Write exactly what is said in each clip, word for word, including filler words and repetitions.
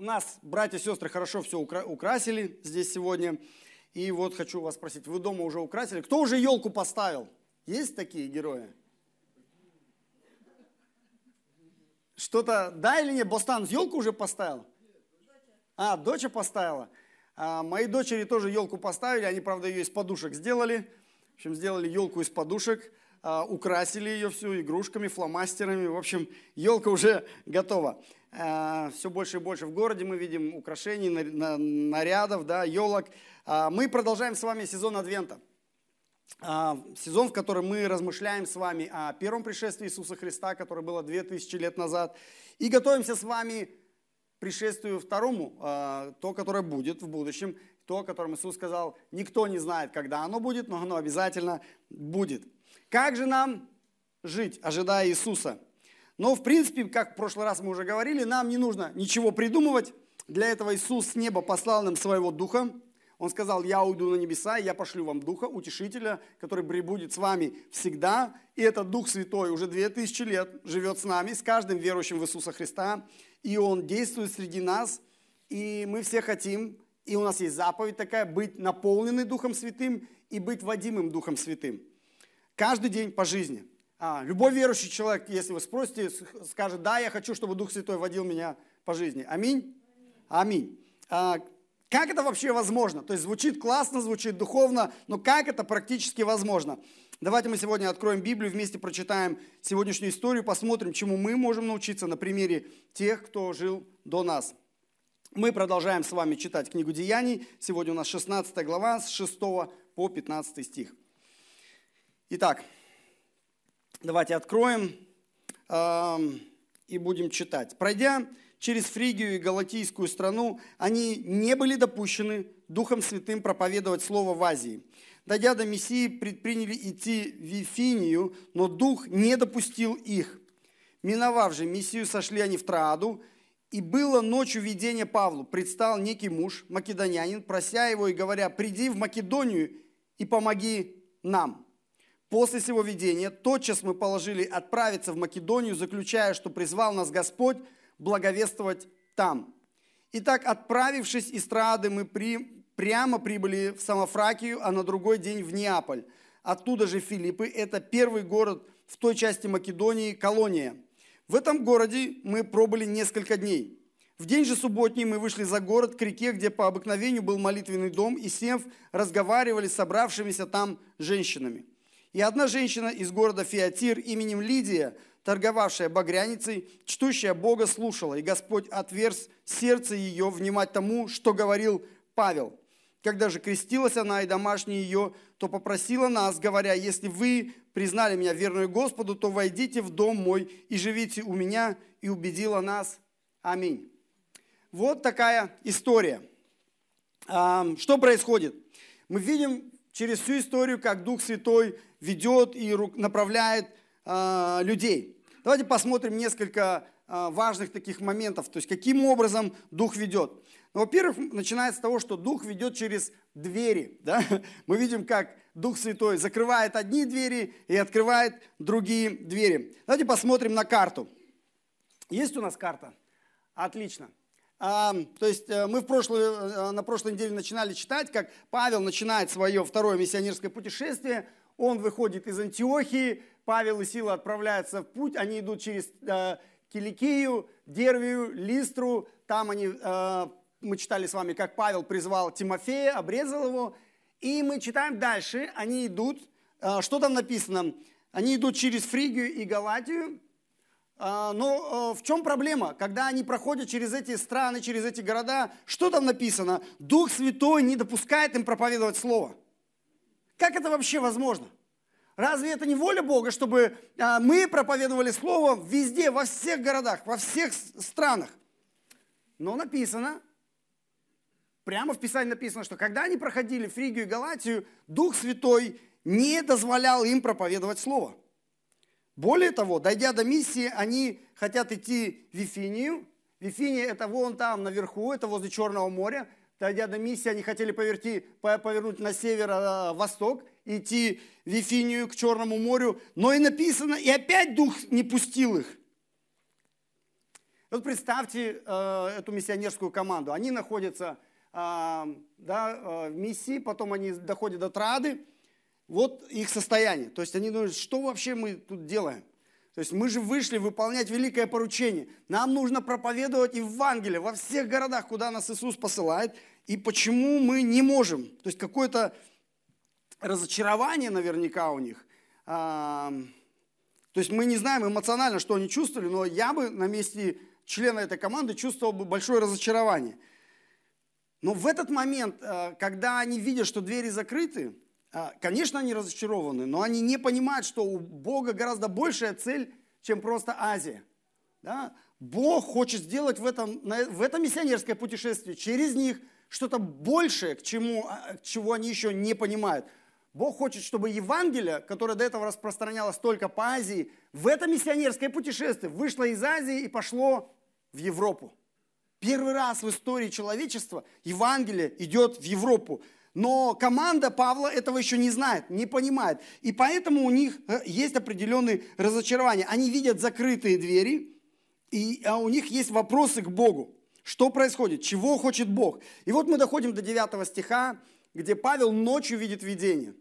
У нас братья и сестры хорошо все укра- украсили здесь сегодня. И вот хочу вас спросить, вы дома уже украсили? Кто уже елку поставил? Есть такие герои? Что-то, да или нет? Бостан елку уже поставил? А, доча поставила. А, мои дочери тоже елку поставили, они, правда, ее из подушек сделали. В общем, сделали елку из подушек, а, украсили ее всю игрушками, фломастерами. В общем, елка уже готова. А, все больше и больше в городе мы видим украшений, на, на, нарядов, да, елок. А, мы продолжаем с вами сезон Адвента. А, сезон, в котором мы размышляем с вами о первом пришествии Иисуса Христа, которое было две тысячи лет назад. И готовимся с вами пришествию второму, то, которое будет в будущем, то, о котором Иисус сказал, никто не знает, когда оно будет, но оно обязательно будет. Как же нам жить, ожидая Иисуса? Но, в принципе, как в прошлый раз мы уже говорили, нам не нужно ничего придумывать. Для этого Иисус с неба послал нам своего Духа. Он сказал, я уйду на небеса, и я пошлю вам Духа, Утешителя, который пребудет с вами всегда. И этот Дух Святой уже две тысячи лет живет с нами, с каждым верующим в Иисуса Христа. И Он действует среди нас, и мы все хотим, и у нас есть заповедь такая, быть наполнены Духом Святым и быть водимым Духом Святым. Каждый день по жизни. А, любой верующий человек, если вы спросите, скажет, да, я хочу, чтобы Дух Святой водил меня по жизни. Аминь? Аминь. А, как это вообще возможно? То есть звучит классно, звучит духовно, но как это практически возможно? Давайте мы сегодня откроем Библию, вместе прочитаем сегодняшнюю историю, посмотрим, чему мы можем научиться на примере тех, кто жил до нас. Мы продолжаем с вами читать книгу Деяний. Сегодня у нас шестнадцатая глава, с шестого по пятнадцатый стих. Итак, давайте откроем э, и будем читать. Пройдя через Фригию и Галатийскую страну, они не были допущены Духом Святым проповедовать Слово в Азии. Дойдя до Мессии, предприняли идти в Вифинию, но Дух не допустил их. Миновав же Мессию, сошли они в Трааду, и было ночью видение Павлу. Предстал некий муж, македонянин, прося его и говоря, приди в Македонию и помоги нам. После сего видения тотчас мы положили отправиться в Македонию, заключая, что призвал нас Господь благовествовать там. Итак, отправившись из Троады, мы при... прямо прибыли в Самофракию, а на другой день в Неаполь. Оттуда же Филиппы, это первый город в той части Македонии, колония. В этом городе мы пробыли несколько дней. В день же субботний мы вышли за город к реке, где по обыкновению был молитвенный дом, и сев, разговаривали с собравшимися там женщинами. И одна женщина из города Фиатир именем Лидия, торговавшая багряницей, чтущая Бога, слушала, и Господь отверз сердце ее внимать тому, что говорил Павел. Когда же крестилась она и домашние ее, то попросила нас, говоря, если вы признали меня верную Господу, то войдите в дом мой и живите у меня, и убедила нас. Аминь. Вот такая история. Что происходит? Мы видим через всю историю, как Дух Святой ведет и направляет людей. Давайте посмотрим несколько важных таких моментов, то есть каким образом Дух ведет. Ну, во-первых, начинается с того, что Дух ведет через двери. Да? Мы видим, как Дух Святой закрывает одни двери и открывает другие двери. Давайте посмотрим на карту. Есть у нас карта? Отлично. А, то есть мы в прошлой, на прошлой неделе начинали читать, как Павел начинает свое второе миссионерское путешествие. Он выходит из Антиохии, Павел и Сила отправляются в путь, они идут через э, Киликию, Дервию, Листру. Там они, э, мы читали с вами, как Павел призвал Тимофея, обрезал его. И мы читаем дальше, они идут, э, что там написано? Они идут через Фригию и Галатию. Э, но э, в чем проблема? Когда они проходят через эти страны, через эти города, что там написано? Дух Святой не допускает им проповедовать Слово. Как это вообще возможно? Разве это не воля Бога, чтобы мы проповедовали Слово везде, во всех городах, во всех странах? Но написано, прямо в Писании написано, что когда они проходили Фригию и Галатию, Дух Святой не дозволял им проповедовать Слово. Более того, дойдя до миссии, они хотят идти в Вифинию. Вифиния это вон там наверху, это возле Черного моря. Дойдя до миссии, они хотели поверти, повернуть на северо-восток, идти в Вифинию, к Черному морю. Но и написано, и опять Дух не пустил их. Вот представьте э, эту миссионерскую команду. Они находятся э, да, э, в миссии, потом они доходят до Трады. Вот их состояние. То есть они думают, что вообще мы тут делаем? То есть мы же вышли выполнять великое поручение. Нам нужно проповедовать Евангелие во всех городах, куда нас Иисус посылает. И почему мы не можем? То есть какое-то разочарование наверняка у них. А, то есть мы не знаем эмоционально, что они чувствовали, но я бы на месте члена этой команды чувствовал бы большое разочарование. Но в этот момент, когда они видят, что двери закрыты, конечно, они разочарованы, но они не понимают, что у Бога гораздо большая цель, чем просто Азия. Да? Бог хочет сделать в этом, в этом миссионерское путешествие через них что-то большее, к чему, чего они еще не понимают. Бог хочет, чтобы Евангелие, которое до этого распространялось только по Азии, в это миссионерское путешествие вышло из Азии и пошло в Европу. Первый раз в истории человечества Евангелие идет в Европу. Но команда Павла этого еще не знает, не понимает. И поэтому у них есть определенные разочарования. Они видят закрытые двери, и у них есть вопросы к Богу. Что происходит? Чего хочет Бог? И вот мы доходим до девятого стиха, где Павел ночью видит видение.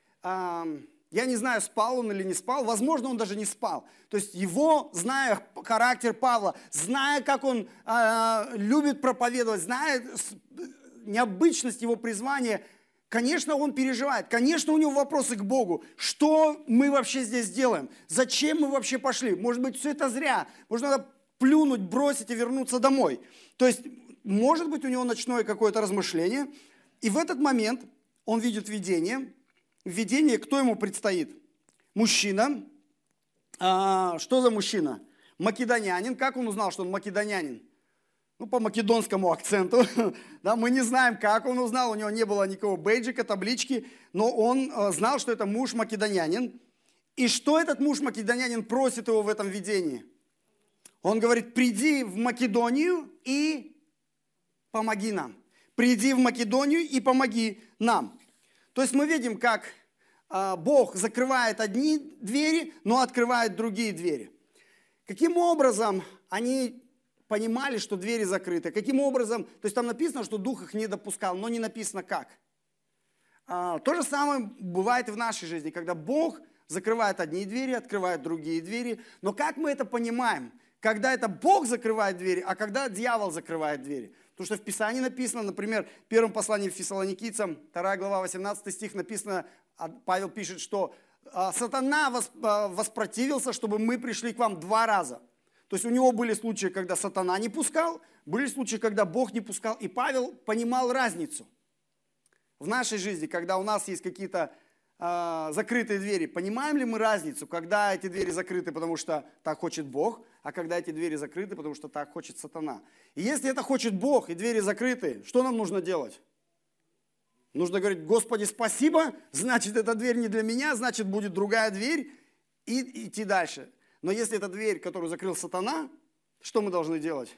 Я не знаю, спал он или не спал. Возможно, он даже не спал. То есть его, зная характер Павла, зная, как он любит проповедовать, зная необычность его призвания, конечно, он переживает, конечно, у него вопросы к Богу. Что мы вообще здесь делаем? Зачем мы вообще пошли? Может быть, все это зря. Может, надо плюнуть, бросить и вернуться домой. То есть, может быть, у него ночное какое-то размышление. И в этот момент он видит видение. Видение, кто ему предстоит? Мужчина. А, что за мужчина? Македонянин. Как он узнал, что он македонянин? Ну, по македонскому акценту, да, мы не знаем, как он узнал, у него не было никакого бейджика, таблички, но он э, знал, что это муж македонянин. И что этот муж македонянин просит его в этом видении? Он говорит, приди в Македонию и помоги нам. Приди в Македонию и помоги нам. То есть мы видим, как э, Бог закрывает одни двери, но открывает другие двери. Каким образом они понимали, что двери закрыты? Каким образом? То есть там написано, что Дух их не допускал, но не написано как. А, то же самое бывает и в нашей жизни, когда Бог закрывает одни двери, открывает другие двери. Но как мы это понимаем? Когда это Бог закрывает двери, а когда дьявол закрывает двери? Потому что в Писании написано, например, в первом послании Фессалоникийцам, вторая глава, восемнадцатый стих, написано, Павел пишет, что сатана воспротивился, чтобы мы пришли к вам два раза. То есть у него были случаи, когда сатана не пускал, были случаи, когда Бог не пускал. И Павел понимал разницу. В нашей жизни, когда у нас есть какие-то э, закрытые двери, понимаем ли мы разницу, когда эти двери закрыты, потому что так хочет Бог, а когда эти двери закрыты, потому что так хочет сатана? И если это хочет Бог, и двери закрыты, что нам нужно делать? Нужно говорить, Господи, спасибо, значит, эта дверь не для меня, значит, будет другая дверь, и идти дальше. Но если это дверь, которую закрыл сатана, что мы должны делать?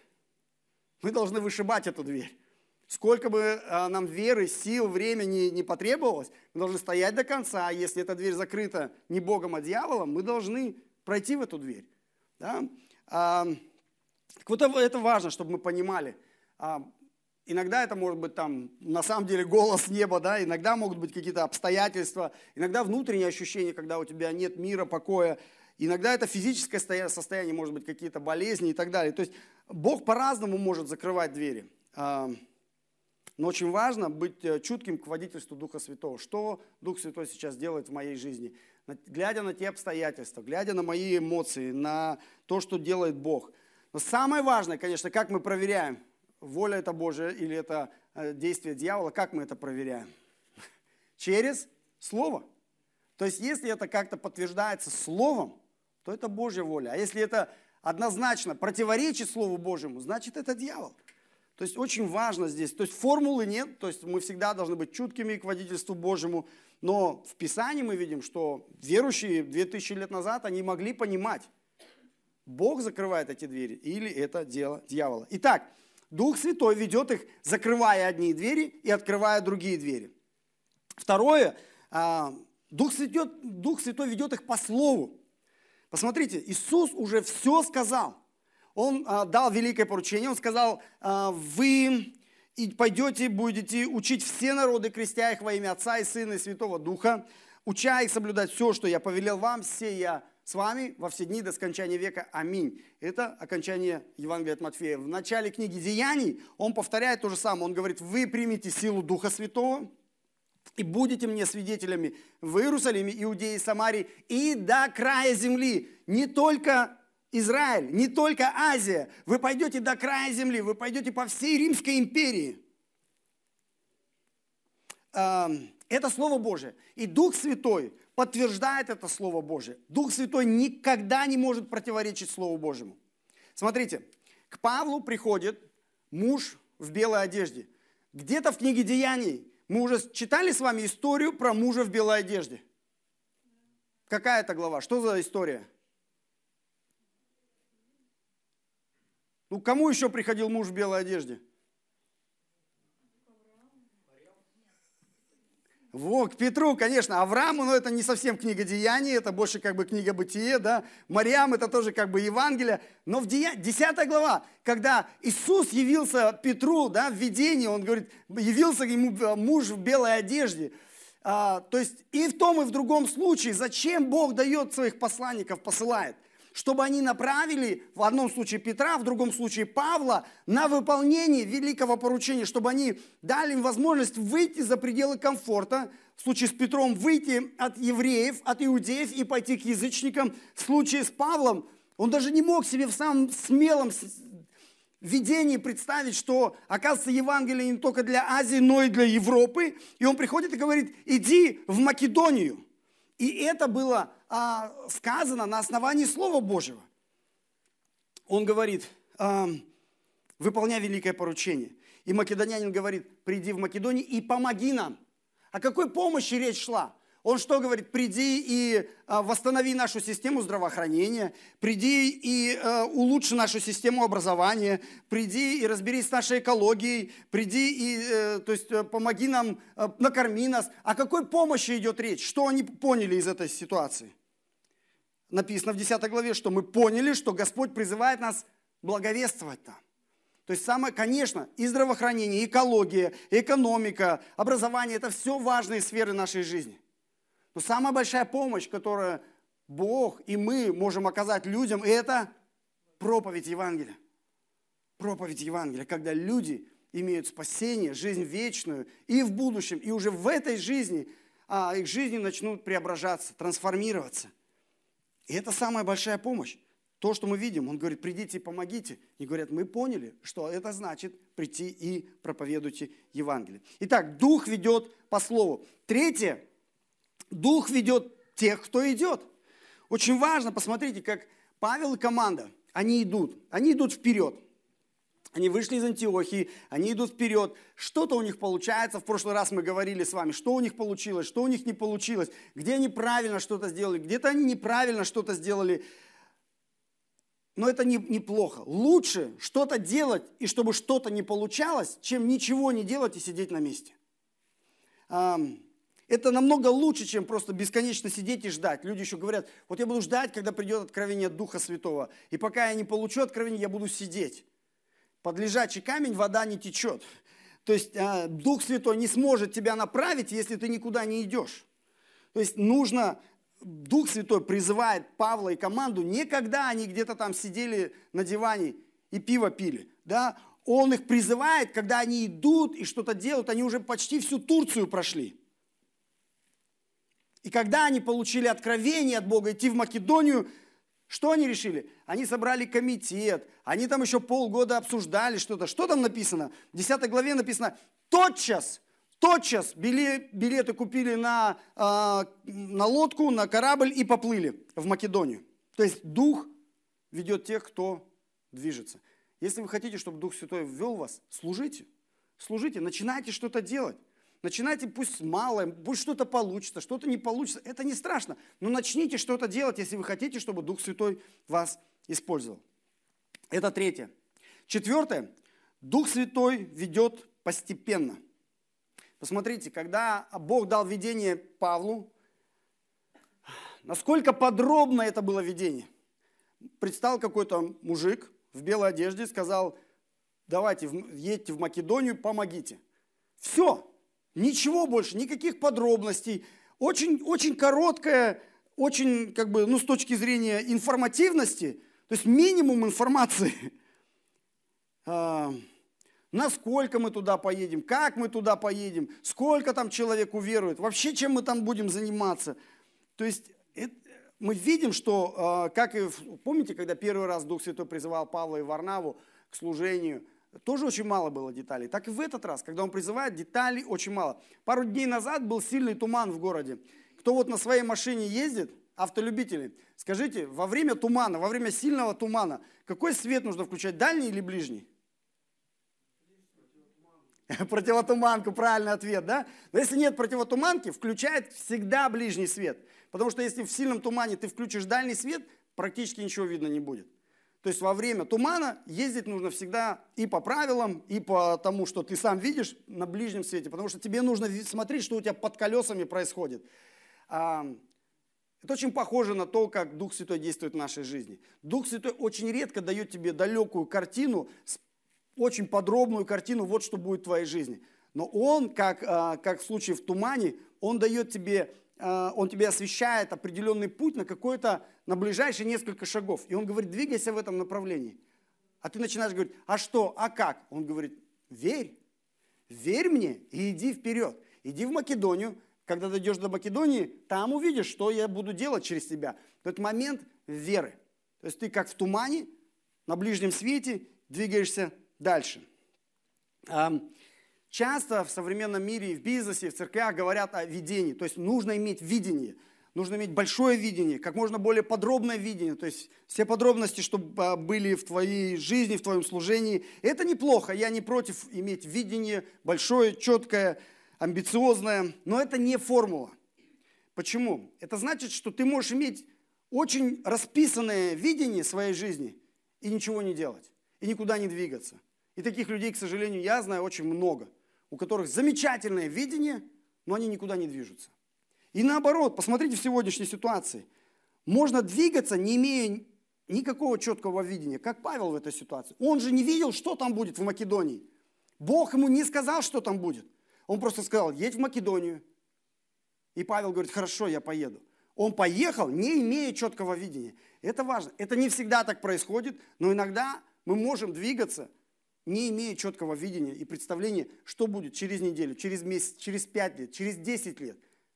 Мы должны вышибать эту дверь. Сколько бы нам веры, сил, времени не потребовалось, мы должны стоять до конца. А если эта дверь закрыта не Богом, а дьяволом, мы должны пройти в эту дверь. Да? А, так вот это важно, чтобы мы понимали. А, иногда это может быть там, на самом деле, голос неба, да? Иногда могут быть какие-то обстоятельства, иногда внутренние ощущения, когда у тебя нет мира, покоя. Иногда это физическое состояние, может быть, какие-то болезни и так далее. То есть Бог по-разному может закрывать двери. Но очень важно быть чутким к водительству Духа Святого. Что Дух Святой сейчас делает в моей жизни? Глядя на те обстоятельства, глядя на мои эмоции, на то, что делает Бог. Но самое важное, конечно, как мы проверяем, воля это Божия или это действие дьявола, как мы это проверяем? Через Слово. То есть если это как-то подтверждается Словом, то это Божья воля. А если это однозначно противоречит Слову Божьему, значит это дьявол. То есть очень важно здесь. То есть формулы нет, то есть мы всегда должны быть чуткими к водительству Божьему. Но в Писании мы видим, что верующие две тысячи лет назад, они могли понимать, Бог закрывает эти двери или это дело дьявола. Итак, Дух Святой ведет их, закрывая одни двери и открывая другие двери. Второе, Дух Святой, Дух Святой ведет их по Слову. Посмотрите, Иисус уже все сказал. Он а, дал великое поручение, он сказал, а, вы и пойдете, будете учить все народы, крестя их во имя Отца и Сына и Святого Духа, уча их соблюдать все, что я повелел вам, все я с вами во все дни до скончания века. Аминь. Это окончание Евангелия от Матфея. В начале книги Деяний он повторяет то же самое. Он говорит, вы примите силу Духа Святого и будете мне свидетелями в Иерусалиме, Иудее, Самарии и до края земли. Не только Израиль, не только Азия. Вы пойдете до края земли, вы пойдете по всей Римской империи. Это Слово Божие. И Дух Святой подтверждает это Слово Божие. Дух Святой никогда не может противоречить Слову Божьему. Смотрите, к Павлу приходит муж в белой одежде. Где-то в книге Деяний мы уже читали с вами историю про мужа в белой одежде. Какая это глава? Что за история? Ну, кому еще приходил муж в белой одежде? Вот, к Петру, конечно, Аврааму, но это не совсем книга Деяний, это больше как бы книга Бытие, да. Мариам, это тоже как бы Евангелие. Но в десятой глава, когда Иисус явился Петру, да, в видении, он говорит, явился ему муж в белой одежде. А, то есть и в том, и в другом случае, зачем Бог дает своих посланников, посылает? Чтобы они направили, в одном случае Петра, в другом случае Павла, на выполнение великого поручения, чтобы они дали им возможность выйти за пределы комфорта, в случае с Петром выйти от евреев, от иудеев и пойти к язычникам. В случае с Павлом он даже не мог себе в самом смелом видении представить, что, оказывается, Евангелие не только для Азии, но и для Европы. И он приходит и говорит, иди в Македонию. И это было а, сказано на основании Слова Божьего. Он говорит, а, выполняй великое поручение. И македонянин говорит, приди в Македонию и помоги нам. О какой помощи речь шла? Он что говорит? Приди и а, восстанови нашу систему здравоохранения, приди и а, улучши нашу систему образования, приди и разберись с нашей экологией, приди и а, то есть, помоги нам, а, накорми нас. О какой помощи идет речь? Что они поняли из этой ситуации? Написано в десятой главе, что мы поняли, что Господь призывает нас благовествовать там. То есть, самое, конечно, и здравоохранение, и экология, и экономика, образование – это все важные сферы нашей жизни. Но самая большая помощь, которую Бог и мы можем оказать людям, это проповедь Евангелия. Проповедь Евангелия, когда люди имеют спасение, жизнь вечную и в будущем, и уже в этой жизни а, их жизни начнут преображаться, трансформироваться. И это самая большая помощь. То, что мы видим, он говорит, придите и помогите. И говорят, мы поняли, что это значит прийти и проповедуйте Евангелие. Итак, Дух ведет по Слову. Третье. Дух ведет тех, кто идет. Очень важно, посмотрите, как Павел и команда, они идут, они идут вперед. Они вышли из Антиохии, они идут вперед. Что-то у них получается. В прошлый раз мы говорили с вами, что у них получилось, что у них не получилось, где они правильно что-то сделали, где-то они неправильно что-то сделали. Но это не, неплохо. Лучше что-то делать, и чтобы что-то не получалось, чем ничего не делать и сидеть на месте. Это намного лучше, чем просто бесконечно сидеть и ждать. Люди еще говорят, вот я буду ждать, когда придет откровение от Духа Святого. И пока я не получу откровение, я буду сидеть. Под лежачий камень вода не течет. То есть Дух Святой не сможет тебя направить, если ты никуда не идешь. То есть нужно, Дух Святой призывает Павла и команду, не когда они где-то там сидели на диване и пиво пили. Да? Он их призывает, когда они идут и что-то делают, они уже почти всю Турцию прошли. И когда они получили откровение от Бога идти в Македонию, что они решили? Они собрали комитет, они там еще полгода обсуждали что-то. Что там написано? В десятой главе написано, тотчас, тотчас билеты купили на, на лодку, на корабль и поплыли в Македонию. То есть Дух ведет тех, кто движется. Если вы хотите, чтобы Дух Святой ввел вас, служите, служите, начинайте что-то делать. Начинайте пусть с малым, пусть что-то получится, что-то не получится. Это не страшно. Но начните что-то делать, если вы хотите, чтобы Дух Святой вас использовал. Это третье. Четвертое. Дух Святой ведет постепенно. Посмотрите, когда Бог дал видение Павлу, насколько подробно это было видение. Предстал какой-то мужик в белой одежде, сказал, давайте, едьте в Македонию, помогите. Все, ничего больше, никаких подробностей. Очень, очень короткая, очень, как бы, ну, с точки зрения информативности, то есть минимум информации. Насколько мы туда поедем, как мы туда поедем, сколько там человек уверует, вообще чем мы там будем заниматься. То есть это, мы видим, что, как и, помните, когда первый раз Дух Святой призывал Павла и Варнаву к служению, тоже очень мало было деталей. Так и в этот раз, когда он призывает, деталей очень мало. Пару дней назад был сильный туман в городе. Кто вот на своей машине ездит, автолюбители, скажите, во время тумана, во время сильного тумана, какой свет нужно включать, дальний или ближний? Противотуманку, правильный ответ, да? Но если нет противотуманки, включает всегда ближний свет. Потому что если в сильном тумане ты включишь дальний свет, практически ничего видно не будет. То есть во время тумана ездить нужно всегда и по правилам, и по тому, что ты сам видишь на ближнем свете. Потому что тебе нужно смотреть, что у тебя под колесами происходит. Это очень похоже на то, как Дух Святой действует в нашей жизни. Дух Святой очень редко дает тебе далекую картину, очень подробную картину, вот что будет в твоей жизни. Но Он, как, как в случае в тумане, Он дает тебе, Он тебе освещает определенный путь на какой-то, на ближайшие несколько шагов. И Он говорит, двигайся в этом направлении. А ты начинаешь говорить, а что, а как? Он говорит, верь, верь мне и иди вперед. Иди в Македонию. Когда дойдешь до Македонии, там увидишь, что я буду делать через тебя. Это момент веры. То есть ты как в тумане, на ближнем свете двигаешься дальше. Часто в современном мире, в бизнесе, в церквях говорят о видении. То есть нужно иметь видение, нужно иметь большое видение, как можно более подробное видение. То есть все подробности, чтобы были в твоей жизни, в твоем служении. Это неплохо, я не против иметь видение большое, четкое, амбициозное, но это не формула. Почему? Это значит, что ты можешь иметь очень расписанное видение своей жизни и ничего не делать, и никуда не двигаться. И таких людей, к сожалению, я знаю очень много, у которых замечательное видение, но они никуда не движутся. И наоборот, посмотрите в сегодняшней ситуации. Можно двигаться, не имея никакого четкого видения, как Павел в этой ситуации. Он же не видел, что там будет в Македонии. Бог ему не сказал, что там будет. Он просто сказал, едь в Македонию. И Павел говорит, хорошо, я поеду. Он поехал, не имея четкого видения. Это важно. Это не всегда так происходит, но иногда мы можем двигаться, не имея четкого видения и представления, что будет через неделю, через месяц, через пять лет, через десять лет.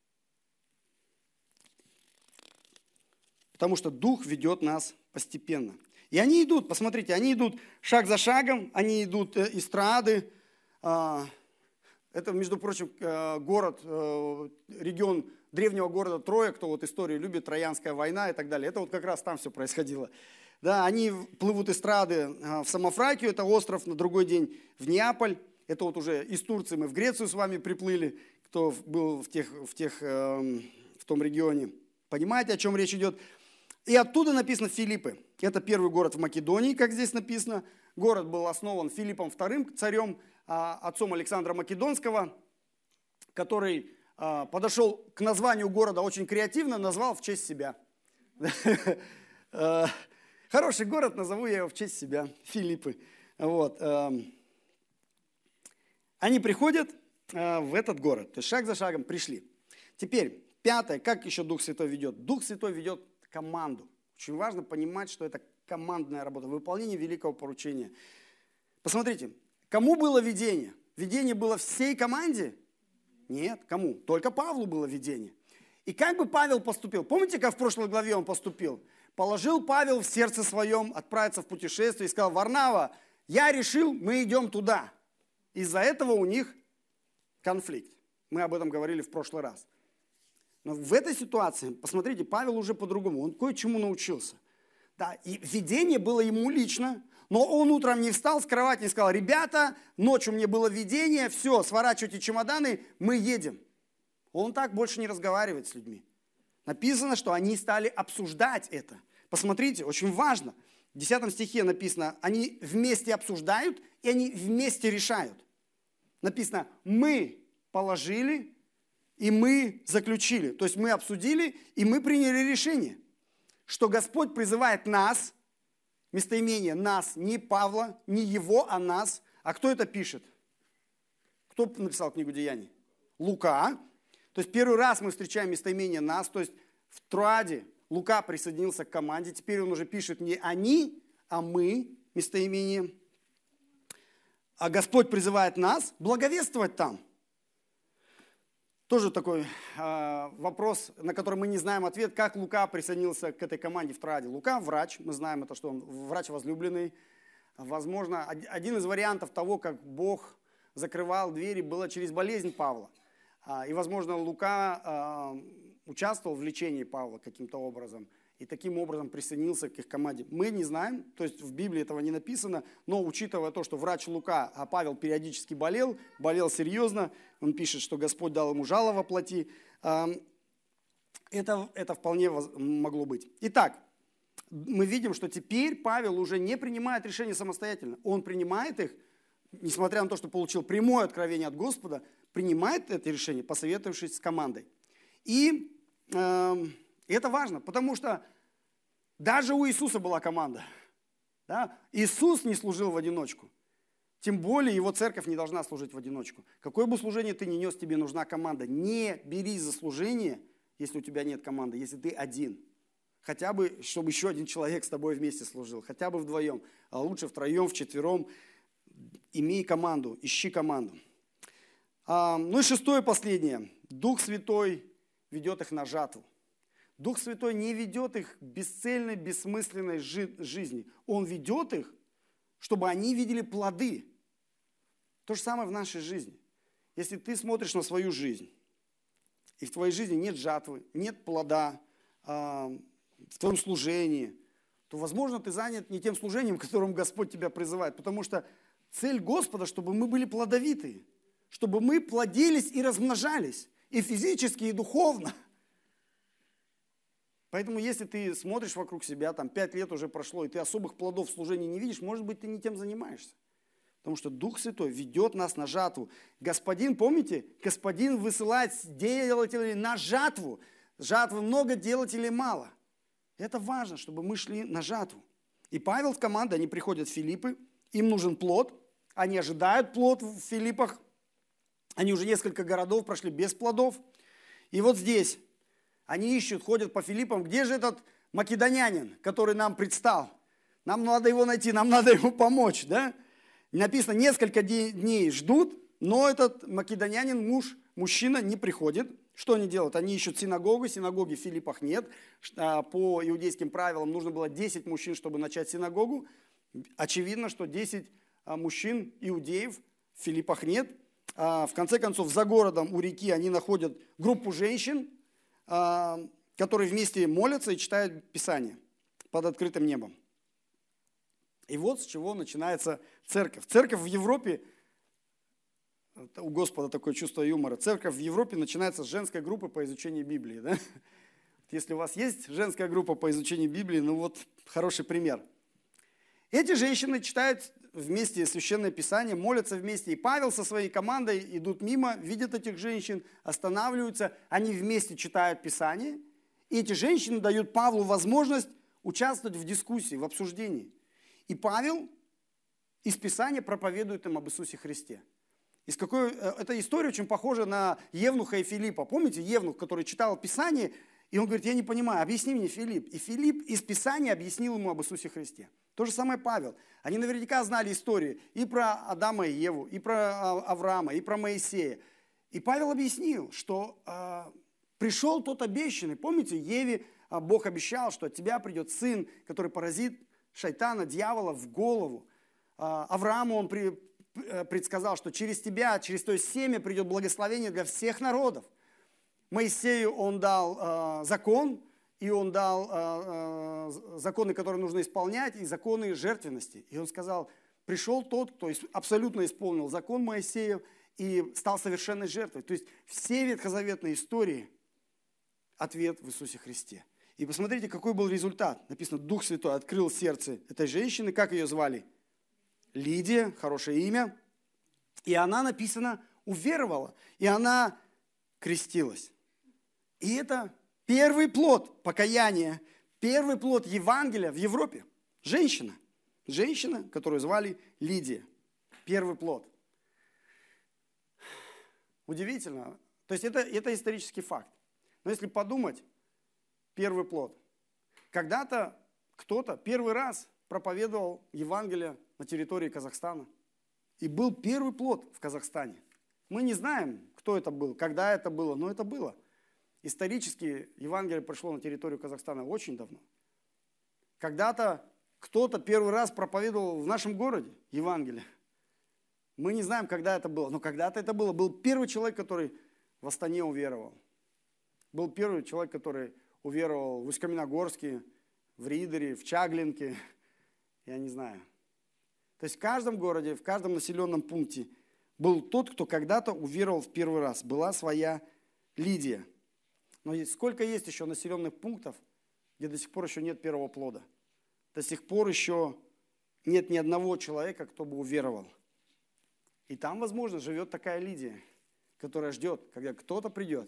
Потому что Дух ведет нас постепенно. И они идут, посмотрите, они идут шаг за шагом, они идут э, эстрады. Э, это, между прочим, э, город, э, регион древнего города Троя, кто вот историю любит, Троянская война и так далее. Это вот как раз там все происходило. Да, они плывут эстрады в Самофракию, это остров, на другой день в Неаполь. Это вот уже из Турции мы в Грецию с вами приплыли, кто был в, тех, в, тех, э, в том регионе. Понимаете, о чем речь идет? И оттуда написано Филиппы. Это первый город в Македонии, как здесь написано. Город был основан Филиппом вторым царем, отцом Александра Македонского, который подошел к названию города очень креативно, назвал в честь себя. Хороший город, назову я его в честь себя, Филиппы. Вот. Они приходят в этот город, то есть шаг за шагом пришли. Теперь, пятое, как еще Дух Святой ведет? Дух Святой ведет команду. Очень важно понимать, что это командная работа, выполнение великого поручения. Посмотрите, кому было видение? Видение было всей команде? Нет, кому? Только Павлу было видение. И как бы Павел поступил? Помните, как в прошлой главе он поступил? Положил Павел в сердце своем отправиться в путешествие и сказал, Варнава, я решил, мы идем туда. Из-за этого у них конфликт. Мы об этом говорили в прошлый раз. Но в этой ситуации, посмотрите, Павел уже по-другому, он кое-чему научился. Да, и видение было ему лично, но он утром не встал с кровати и сказал, ребята, ночью мне было видение, все, сворачивайте чемоданы, мы едем. Он так больше не разговаривает с людьми. Написано, что они стали обсуждать это. Посмотрите, очень важно. В десятом стихе написано, они вместе обсуждают и они вместе решают. Написано, мы положили и мы заключили. То есть мы обсудили и мы приняли решение, что Господь призывает нас местоимение «нас», не Павла, не его, а «нас». А кто это пишет? Кто написал книгу Деяний? Лука. То есть первый раз мы встречаем местоимение «нас», то есть в Троаде Лука присоединился к команде, теперь он уже пишет не «они», а «мы», местоимение. А Господь призывает нас благовествовать там. Тоже такой э, вопрос, на который мы не знаем ответ, как Лука присоединился к этой команде в Троаде. Лука врач, мы знаем это, что он врач возлюбленный. Возможно, один из вариантов того, как Бог закрывал двери, было через болезнь Павла. И, возможно, Лука участвовал в лечении Павла каким-то образом и таким образом присоединился к их команде. Мы не знаем, то есть в Библии этого не написано, но учитывая то, что врач Лука, а Павел периодически болел, болел серьезно, он пишет, что Господь дал ему жало во плоти, это, это вполне могло быть. Итак, мы видим, что теперь Павел уже не принимает решения самостоятельно. Он принимает их, несмотря на то, что получил прямое откровение от Господа, принимает это решение, посоветовавшись с командой. И э, это важно, потому что даже у Иисуса была команда. Да? Иисус не служил в одиночку. Тем более его церковь не должна служить в одиночку. Какое бы служение ты ни нес, тебе нужна команда. Не берись за служение, если у тебя нет команды, если ты один. Хотя бы, чтобы еще один человек с тобой вместе служил. Хотя бы вдвоем. А лучше втроем, вчетвером. Имей команду, ищи команду. А, ну и шестое, последнее. Дух Святой ведет их на жатву. Дух Святой не ведет их к бесцельной, бессмысленной жи- жизни. Он ведет их, чтобы они видели плоды. То же самое в нашей жизни. Если ты смотришь на свою жизнь, и в твоей жизни нет жатвы, нет плода, а, в твоем служении, то, возможно, ты занят не тем служением, которым Господь тебя призывает. Потому что цель Господа, чтобы мы были плодовитые, чтобы мы плодились и размножались, и физически, и духовно. Поэтому, если ты смотришь вокруг себя, там пять лет уже прошло, и ты особых плодов в служении не видишь, может быть, ты не тем занимаешься. Потому что Дух Святой ведет нас на жатву. Господин, помните, Господин высылает делателей на жатву. Жатвы много, делателей мало. Это важно, чтобы мы шли на жатву. И Павел с командой, они приходят в Филиппы, им нужен плод, они ожидают плод в Филиппах, они уже несколько городов прошли без плодов. И вот здесь они ищут, ходят по Филиппам, где же этот македонянин, который нам предстал? Нам надо его найти, нам надо ему помочь, да? Написано, несколько дней ждут, но этот македонянин, муж, мужчина не приходит. Что они делают? Они ищут синагогу, синагоги в Филиппах нет. По иудейским правилам нужно было десять мужчин, чтобы начать синагогу. Очевидно, что десять мужчин, иудеев, в Филиппах нет. В конце концов, за городом у реки они находят группу женщин, которые вместе молятся и читают Писание под открытым небом. И вот с чего начинается церковь. Церковь в Европе, у Господа такое чувство юмора, церковь в Европе начинается с женской группы по изучению Библии. Да? Если у вас есть женская группа по изучению Библии, ну вот хороший пример. Эти женщины читают вместе Священное Писание, молятся вместе. И Павел со своей командой идут мимо, видят этих женщин, останавливаются, они вместе читают Писание. И эти женщины дают Павлу возможность участвовать в дискуссии, в обсуждении. И Павел из Писания проповедует им об Иисусе Христе. Из какой, эта история очень похожа на Евнуха и Филиппа. Помните Евнух, который читал Писание, и он говорит, я не понимаю, объясни мне, Филипп. И Филипп из Писания объяснил ему об Иисусе Христе. То же самое Павел. Они наверняка знали истории и про Адама и Еву, и про Авраама, и про Моисея. И Павел объяснил, что э, пришел тот обещанный. Помните, Еве э, Бог обещал, что от тебя придет сын, который поразит шайтана, дьявола в голову. Э, Аврааму он при, э, предсказал, что через тебя, через твое семя придет благословение для всех народов. Моисею он дал э, закон, и он дал э, э, законы, которые нужно исполнять, и законы жертвенности. И он сказал, пришел тот, кто абсолютно исполнил закон Моисея и стал совершенной жертвой. То есть все ветхозаветные истории – ответ в Иисусе Христе. И посмотрите, какой был результат. Написано, Дух Святой открыл сердце этой женщины. Как ее звали? Лидия, хорошее имя. И она, написано, уверовала. И она крестилась. И это первый плод покаяния, первый плод Евангелия в Европе. Женщина. Женщина, которую звали Лидия. Первый плод. Удивительно. То есть это, это исторический факт. Но если подумать, первый плод. Когда-то кто-то первый раз проповедовал Евангелие на территории Казахстана. И был первый плод в Казахстане. Мы не знаем, кто это был, когда это было, но это было. Исторически Евангелие пришло на территорию Казахстана очень давно. Когда-то кто-то первый раз проповедовал в нашем городе Евангелие. Мы не знаем, когда это было, но когда-то это было. Был первый человек, который в Астане уверовал. Был первый человек, который уверовал в Усть-Каменогорске, в Ридере, в Чаглинке, я не знаю. То есть в каждом городе, в каждом населенном пункте был тот, кто когда-то уверовал в первый раз. Была своя Лидия. Но сколько есть еще населенных пунктов, где до сих пор еще нет первого плода? До сих пор еще нет ни одного человека, кто бы уверовал. И там, возможно, живет такая Лидия, которая ждет, когда кто-то придет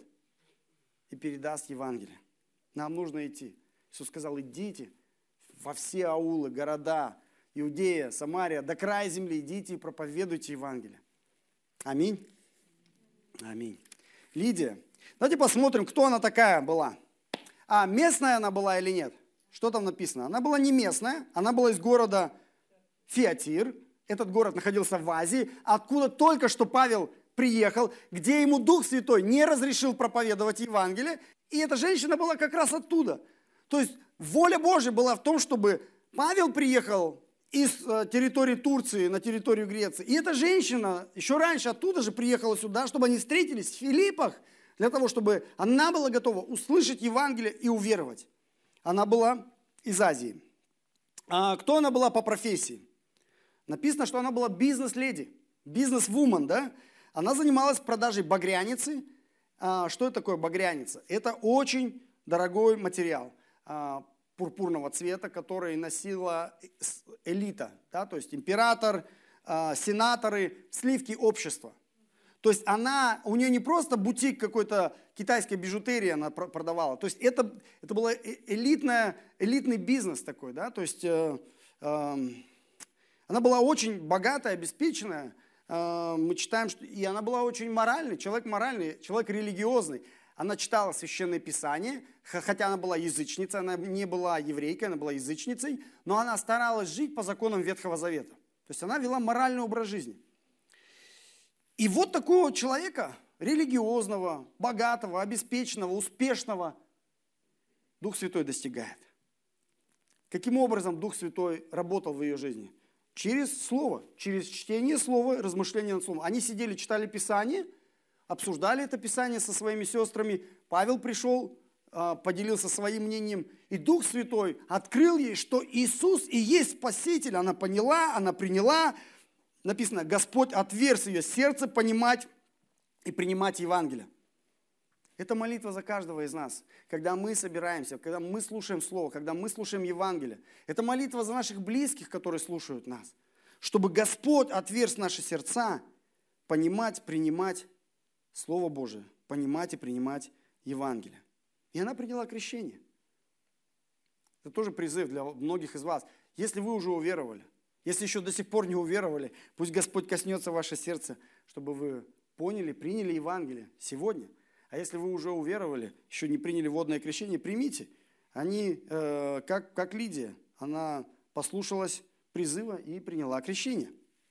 и передаст Евангелие. Нам нужно идти. Иисус сказал, идите во все аулы, города, Иудея, Самария, до края земли, идите и проповедуйте Евангелие. Аминь. Аминь. Лидия. Давайте посмотрим, кто она такая была. А местная она была или нет? Что там написано? Она была не местная, она была из города Фиатир. Этот город находился в Азии, откуда только что Павел приехал, где ему Дух Святой не разрешил проповедовать Евангелие. И эта женщина была как раз оттуда. То есть воля Божья была в том, чтобы Павел приехал из территории Турции на территорию Греции. И эта женщина еще раньше оттуда же приехала сюда, чтобы они встретились в Филиппах, для того, чтобы она была готова услышать Евангелие и уверовать. Она была из Азии. А кто она была по профессии? Написано, что она была бизнес-леди, бизнес-вумен, да? Она занималась продажей багряницы. А, что это такое багряница? Это очень дорогой материал а, пурпурного цвета, который носила элита, да? То есть император, а, сенаторы, сливки общества. То есть она, у нее не просто бутик какой-то китайской бижутерии она продавала, то есть это, это был элитная, элитный бизнес такой, да? То есть э, э, она была очень богатая, обеспеченная, э, мы читаем, что и она была очень моральной, человек моральный, человек религиозный. Она читала Священное Писание, хотя она была язычницей, она не была еврейкой, она была язычницей, но она старалась жить по законам Ветхого Завета. То есть она вела моральный образ жизни. И вот такого человека, религиозного, богатого, обеспеченного, успешного, Дух Святой достигает. Каким образом Дух Святой работал в ее жизни? Через Слово, через чтение Слова, размышления над Словом. Они сидели, читали Писание, обсуждали это Писание со своими сестрами. Павел пришел, поделился своим мнением. И Дух Святой открыл ей, что Иисус и есть Спаситель. Она поняла, она приняла. Написано, Господь отверз ее сердце понимать и принимать Евангелие. Это молитва за каждого из нас. Когда мы собираемся, когда мы слушаем Слово, когда мы слушаем Евангелие. Это молитва за наших близких, которые слушают нас. Чтобы Господь отверз наши сердца понимать, принимать Слово Божие. Понимать и принимать Евангелие. И она приняла крещение. Это тоже призыв для многих из вас. Если вы уже уверовали, если еще до сих пор не уверовали, пусть Господь коснется ваше сердце, чтобы вы поняли, приняли Евангелие сегодня. А если вы уже уверовали, еще не приняли водное крещение, примите. Они, э, как, как Лидия, она послушалась призыва и приняла крещение.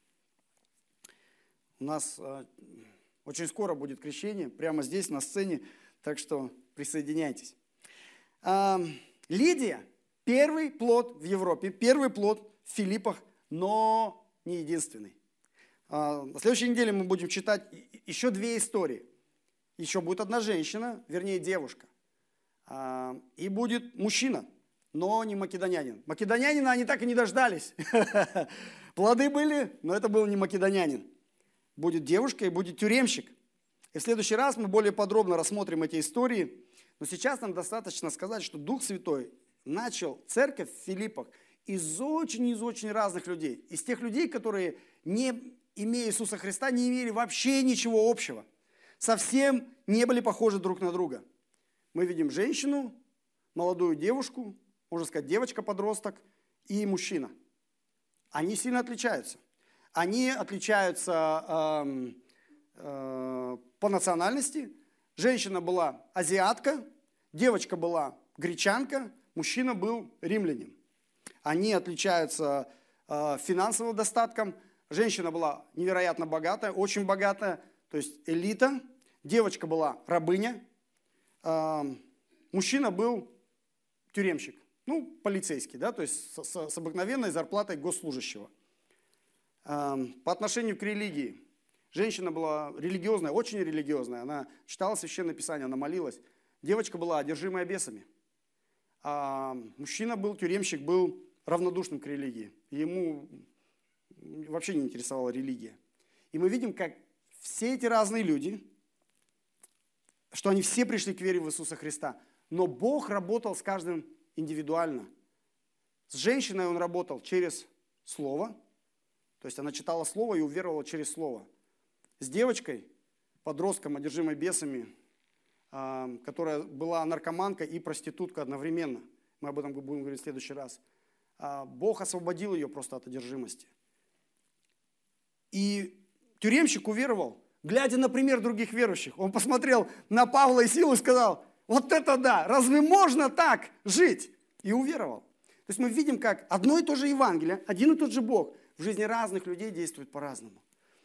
У нас э, очень скоро будет крещение, прямо здесь, на сцене, так что присоединяйтесь. Э, Лидия – первый плод в Европе, первый плод в Филиппах, но не единственный. На следующей неделе мы будем читать еще две истории. Еще будет одна женщина, вернее девушка. И будет мужчина, но не македонянин. Македонянина они так и не дождались. Плоды были, но это был не македонянин. Будет девушка и будет тюремщик. И в следующий раз мы более подробно рассмотрим эти истории. Но сейчас нам достаточно сказать, что Дух Святой начал церковь в Филиппах из очень, из очень разных людей. Из тех людей, которые, не имея Иисуса Христа, не имели вообще ничего общего. Совсем не были похожи друг на друга. Мы видим женщину, молодую девушку, можно сказать, девочка-подросток и мужчина. они сильно отличаются. Они отличаются э, э, по национальности. Женщина была азиатка, девочка была гречанка, мужчина был римлянин. Они отличаются э, финансовым достатком. Женщина была невероятно богатая, очень богатая, то есть элита. Девочка была рабыня. Э, мужчина был тюремщик, ну, полицейский, да, то есть с, с, с обыкновенной зарплатой госслужащего. Э, по отношению к религии. Женщина была религиозная, очень религиозная. Она читала Священное Писание, она молилась. Девочка была одержимая бесами. А мужчина был, тюремщик, был равнодушным к религии. Ему вообще не интересовала религия. И мы видим, как все эти разные люди, что они все пришли к вере в Иисуса Христа. Но Бог работал с каждым индивидуально. С женщиной Он работал через Слово. То есть она читала Слово и уверовала через Слово. С девочкой, подростком, одержимой бесами, которая была наркоманка и проститутка одновременно. Мы об этом будем говорить в следующий раз. Бог освободил ее просто от одержимости. И тюремщик уверовал, глядя на пример других верующих. Он посмотрел на Павла и Силу и сказал: вот это да, разве можно так жить? И уверовал. То есть мы видим, как одно и то же Евангелие, один и тот же Бог в жизни разных людей действует по-разному.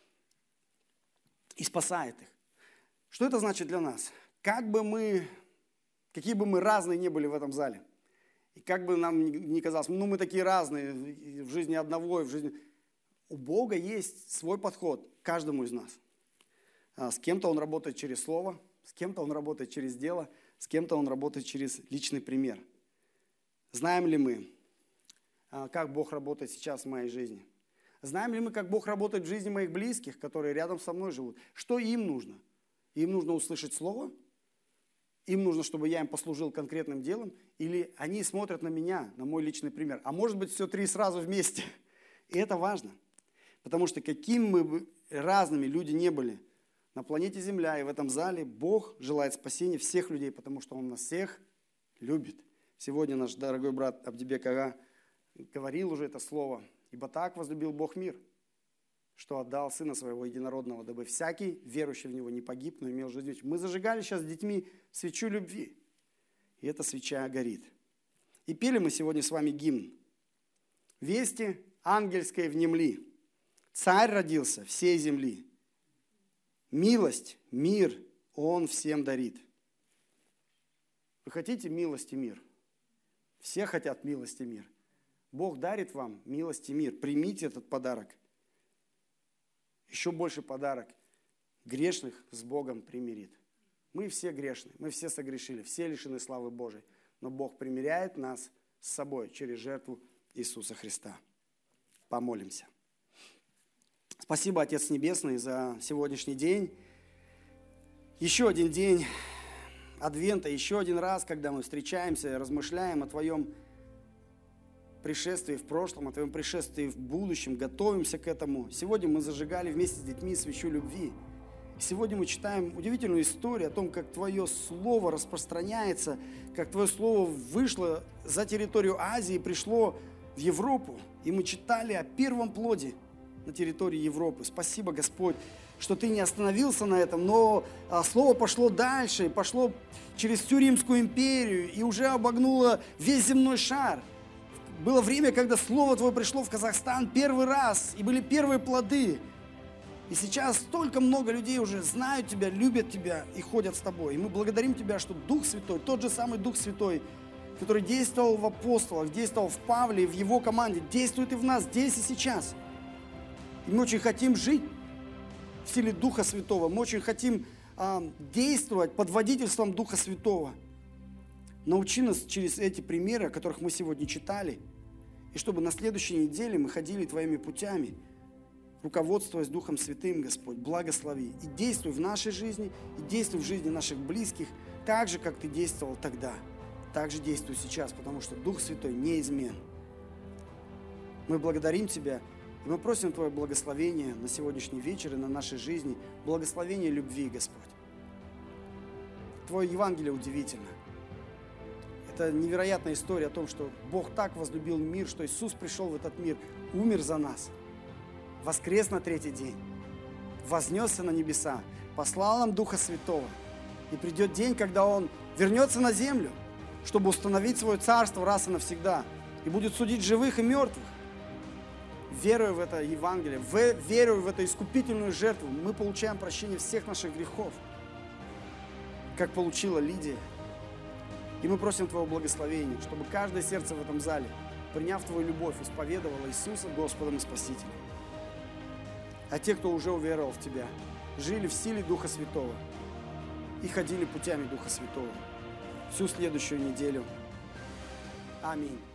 И спасает их. Что это значит для нас? Как бы мы, какие бы мы разные не были в этом зале, и как бы нам ни казалось, ну мы такие разные в жизни одного, и в жизни... У Бога есть свой подход к каждому из нас. С кем-то Он работает через слово, с кем-то Он работает через дело, с кем-то Он работает через личный пример. Знаем ли мы, как Бог работает сейчас в моей жизни? Знаем ли мы, как Бог работает в жизни моих близких, которые рядом со мной живут? Что им нужно? Им нужно услышать Слово? Им нужно, чтобы я им послужил конкретным делом? Или они смотрят на меня, на мой личный пример? А может быть, все три сразу вместе? И это важно. Потому что какими мы бы разными люди не были на планете Земля и в этом зале, Бог желает спасения всех людей, потому что Он нас всех любит. Сегодня наш дорогой брат Абдибек Ага говорил уже это слово. «Ибо так возлюбил Бог мир, что отдал Сына Своего Единородного, дабы всякий, верующий в Него, не погиб, но имел жизнь вечную». Мы зажигали сейчас с детьми свечу любви, и эта свеча горит. И пели мы сегодня с вами гимн. «Вести ангельской внемли, Царь родился всей земли, милость, мир Он всем дарит». Вы хотите милость и мир? Все хотят милость и мир. Бог дарит вам милость и мир. Примите этот подарок. Еще больше подарок. Грешных с Богом примирит. Мы все грешны, мы все согрешили, все лишены славы Божией. Но Бог примиряет нас с собой через жертву Иисуса Христа. Помолимся. Спасибо, Отец Небесный, за сегодняшний день. Еще один день Адвента, еще один раз, когда мы встречаемся и размышляем о Твоем пришествии в прошлом, о Твоем пришествии в будущем, готовимся к этому. Сегодня мы зажигали вместе с детьми свечу любви. И сегодня мы читаем удивительную историю о том, как Твое Слово распространяется, как Твое Слово вышло за территорию Азии и пришло в Европу. И мы читали о первом плоде на территории Европы. Спасибо, Господь, что Ты не остановился на этом, но Слово пошло дальше, и пошло через всю Римскую империю и уже обогнуло весь земной шар. Было время, когда Слово Твое пришло в Казахстан первый раз, и были первые плоды. И сейчас столько много людей уже знают Тебя, любят Тебя и ходят с Тобой. И мы благодарим Тебя, что Дух Святой, тот же самый Дух Святой, который действовал в апостолах, действовал в Павле и в его команде, действует и в нас здесь и сейчас. И мы очень хотим жить в силе Духа Святого. Мы очень хотим а, действовать под водительством Духа Святого. Научи нас через эти примеры, о которых мы сегодня читали, и чтобы на следующей неделе мы ходили Твоими путями, руководствуясь Духом Святым, Господь, благослови. И действуй в нашей жизни, и действуй в жизни наших близких, так же, как Ты действовал тогда. Так же действуй сейчас, потому что Дух Святой неизменен. Мы благодарим Тебя, и мы просим Твое благословение на сегодняшний вечер и на нашей жизни, благословение любви, Господь. Твое Евангелие удивительно. Это невероятная история о том, что Бог так возлюбил мир, что Иисус пришел в этот мир, умер за нас, воскрес на третий день, вознесся на небеса, послал нам Духа Святого. И придет день, когда Он вернется на землю, чтобы установить свое царство раз и навсегда, и будет судить живых и мертвых. Веруя в это Евангелие, веруя в эту искупительную жертву, мы получаем прощение всех наших грехов, как получила Лидия. И мы просим Твоего благословения, чтобы каждое сердце в этом зале, приняв Твою любовь, исповедовало Иисуса Господом и Спасителем. А те, кто уже уверовал в Тебя, жили в силе Духа Святого и ходили путями Духа Святого всю следующую неделю. Аминь.